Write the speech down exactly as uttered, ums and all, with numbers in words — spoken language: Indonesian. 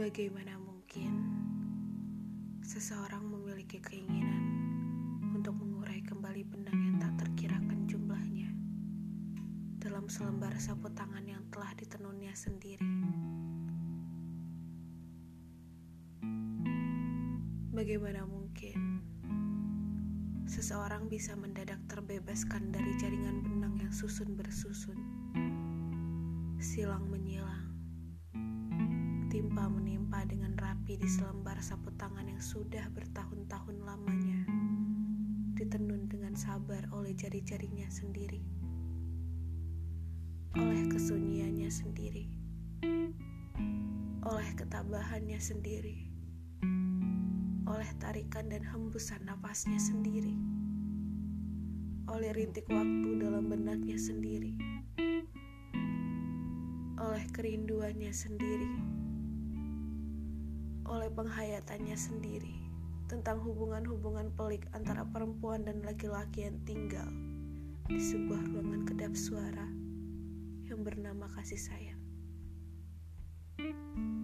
Bagaimana mungkin seseorang memiliki keinginan untuk mengurai kembali benang yang tak terkirakan jumlahnya dalam selembar sapu tangan yang telah ditenunnya sendiri? Bagaimana mungkin seseorang bisa mendadak terbebaskan dari jaringan benang yang susun bersusun, silang menyilang, timpa menimpa dengan rapi di selembar sapu tangan yang sudah bertahun-tahun lamanya ditenun dengan sabar oleh jari-jarinya sendiri, oleh kesunyiannya sendiri, oleh ketabahannya sendiri, oleh tarikan dan hembusan nafasnya sendiri, oleh rintik waktu dalam benaknya sendiri, oleh kerinduannya sendiri, oleh penghayatannya sendiri tentang hubungan-hubungan pelik antara perempuan dan laki-laki yang tinggal di sebuah ruangan kedap suara yang bernama kasih sayang.